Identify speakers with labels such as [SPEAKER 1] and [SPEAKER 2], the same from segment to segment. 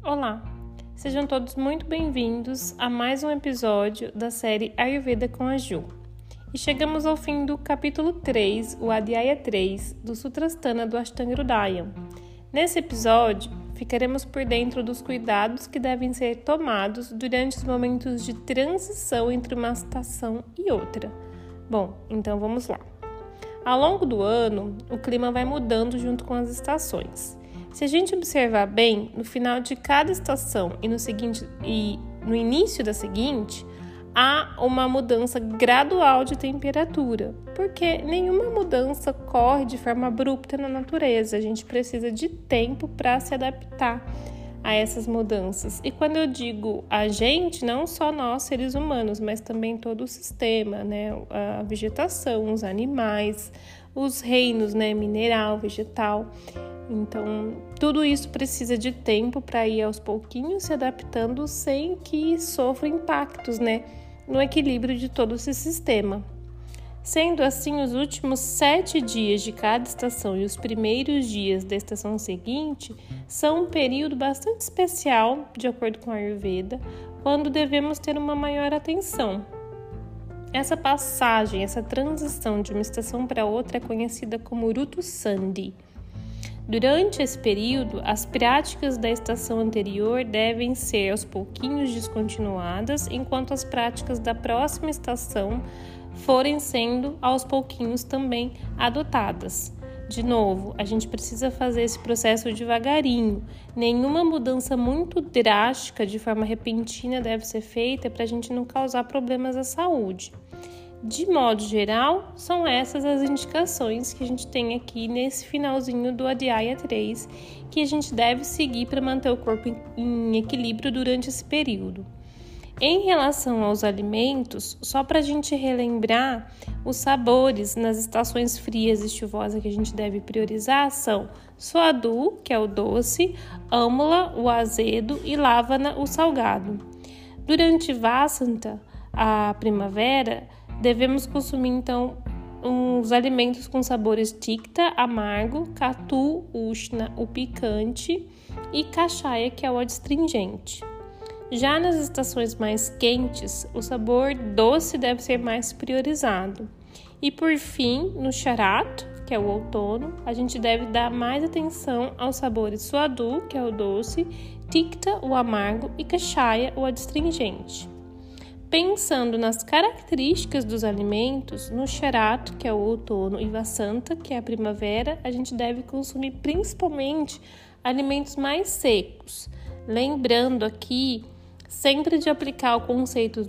[SPEAKER 1] Olá, sejam todos muito bem-vindos a mais um episódio da série Ayurveda com a Ju. E chegamos ao fim do capítulo 3, o Adhyaya 3, do Sutrasthana do Ashtanga Hridayam. Nesse episódio, ficaremos por dentro dos cuidados que devem ser tomados durante os momentos de transição entre uma estação e outra. Bom, então vamos lá. Ao longo do ano, o clima vai mudando junto com as estações. Se a gente observar bem, no final de cada estação e no início da seguinte, há uma mudança gradual de temperatura, porque nenhuma mudança ocorre de forma abrupta na natureza. A gente precisa de tempo para se adaptar a essas mudanças. E quando eu digo a gente, não só nós, seres humanos, mas também todo o sistema, né? A vegetação, os animais, os reinos, né? Mineral, vegetal. Então, tudo isso precisa de tempo para ir aos pouquinhos se adaptando sem que sofra impactos, né, no equilíbrio de todo esse sistema. Sendo assim, os últimos 7 dias de cada estação e os primeiros dias da estação seguinte são um período bastante especial, de acordo com a Ayurveda, quando devemos ter uma maior atenção. Essa passagem, essa transição de uma estação para outra é conhecida como Rutu Sandhi. Durante esse período, as práticas da estação anterior devem ser aos pouquinhos descontinuadas, enquanto as práticas da próxima estação forem sendo aos pouquinhos também adotadas. De novo, a gente precisa fazer esse processo devagarinho. Nenhuma mudança muito drástica de forma repentina deve ser feita para a gente não causar problemas à saúde. De modo geral, são essas as indicações que a gente tem aqui nesse finalzinho do Adhyaya 3, que a gente deve seguir para manter o corpo em equilíbrio durante esse período. Em relação aos alimentos, só para a gente relembrar, os sabores nas estações frias e chuvosas que a gente deve priorizar são Suadu, que é o doce, Amula, o azedo, e Lavana, o salgado. Durante Vasanta, a primavera, devemos consumir, então, uns alimentos com sabores Tikta, amargo, Katu, Ushna, o picante, e Kashaya, que é o adstringente. Já nas estações mais quentes, o sabor doce deve ser mais priorizado. E, por fim, no Sharat, que é o outono, a gente deve dar mais atenção aos sabores Suadu, que é o doce, Tikta, o amargo, e Kashaya, o adstringente. Pensando nas características dos alimentos, no Sharat, que é o outono, e Vasanta, que é a primavera, a gente deve consumir principalmente alimentos mais secos. Lembrando aqui sempre de aplicar o conceito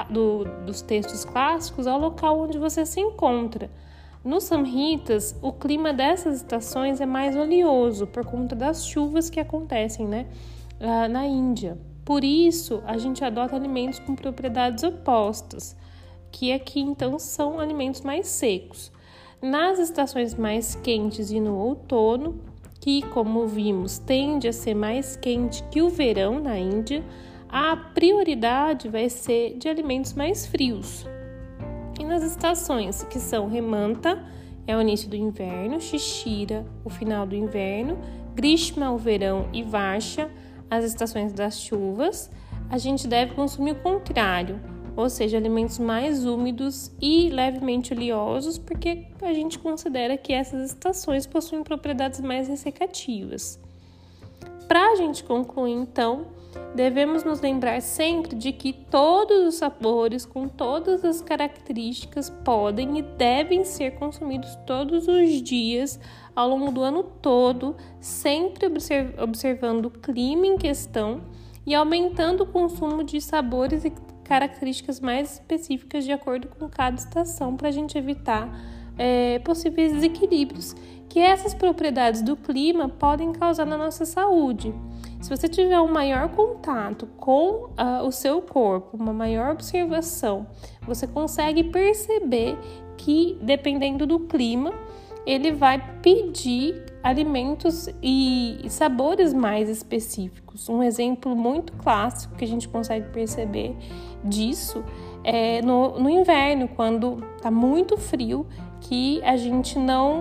[SPEAKER 1] dos textos clássicos ao local onde você se encontra. Nos Samhitas, o clima dessas estações é mais oleoso por conta das chuvas que acontecem, na Índia. Por isso, a gente adota alimentos com propriedades opostas, que aqui então são alimentos mais secos. Nas estações mais quentes e no outono, que, como vimos, tende a ser mais quente que o verão na Índia, a prioridade vai ser de alimentos mais frios. E nas estações que são Hemanta, é o início do inverno, Shishira, o final do inverno, Grishma, o verão, e Varsha, as estações das chuvas, a gente deve consumir o contrário, ou seja, alimentos mais úmidos e levemente oleosos, porque a gente considera que essas estações possuem propriedades mais ressecativas. Para a gente concluir, então, devemos nos lembrar sempre de que todos os sabores, com todas as características, podem e devem ser consumidos todos os dias, ao longo do ano todo, sempre observando o clima em questão e aumentando o consumo de sabores e características mais específicas de acordo com cada estação, para a gente evitar possíveis desequilíbrios que essas propriedades do clima podem causar na nossa saúde. Se você tiver um maior contato com o seu corpo, uma maior observação, você consegue perceber que, dependendo do clima, ele vai pedir alimentos e sabores mais específicos. Um exemplo muito clássico que a gente consegue perceber disso é no inverno, quando está muito frio, que a gente não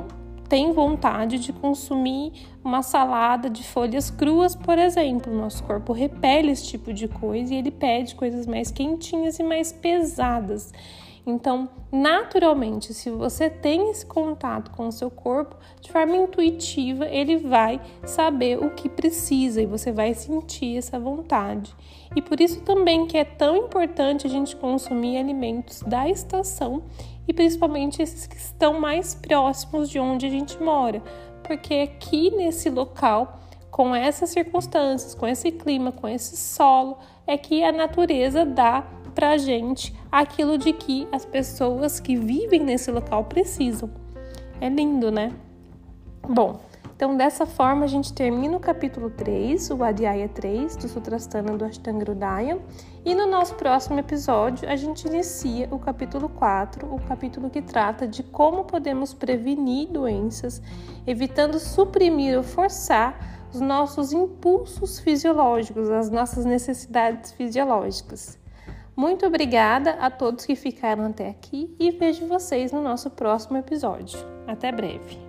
[SPEAKER 1] tem vontade de consumir uma salada de folhas cruas, por exemplo. Nosso corpo repele esse tipo de coisa e ele pede coisas mais quentinhas e mais pesadas. Então, naturalmente, se você tem esse contato com o seu corpo, de forma intuitiva, ele vai saber o que precisa e você vai sentir essa vontade. E por isso também que é tão importante a gente consumir alimentos da estação e principalmente esses que estão mais próximos de onde a gente mora, porque aqui nesse local, com essas circunstâncias, com esse clima, com esse solo, é que a natureza dá pra gente aquilo de que as pessoas que vivem nesse local precisam. É lindo, né? Bom, então dessa forma a gente termina o capítulo 3, o Adhyaya 3 do Sutrasthana do Ashtanga Hridaya, e no nosso próximo episódio a gente inicia o capítulo 4, o capítulo que trata de como podemos prevenir doenças, evitando suprimir ou forçar os nossos impulsos fisiológicos, as nossas necessidades fisiológicas. Muito obrigada a todos que ficaram até aqui e vejo vocês no nosso próximo episódio. Até breve!